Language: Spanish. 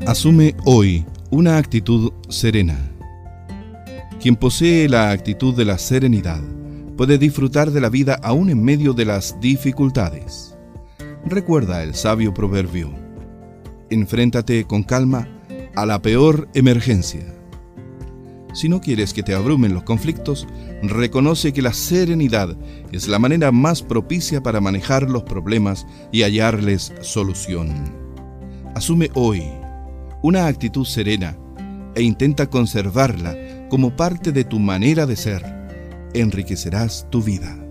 Asume hoy una actitud serena. Quien posee la actitud de la serenidad puede disfrutar de la vida aún en medio de las dificultades. Recuerda el sabio proverbio: enfréntate con calma a la peor emergencia. Si no quieres que te abrumen los conflictos, reconoce que la serenidad es la manera más propicia para manejar los problemas y hallarles solución. Asume hoy una actitud serena e intenta conservarla como parte de tu manera de ser. Enriquecerás tu vida.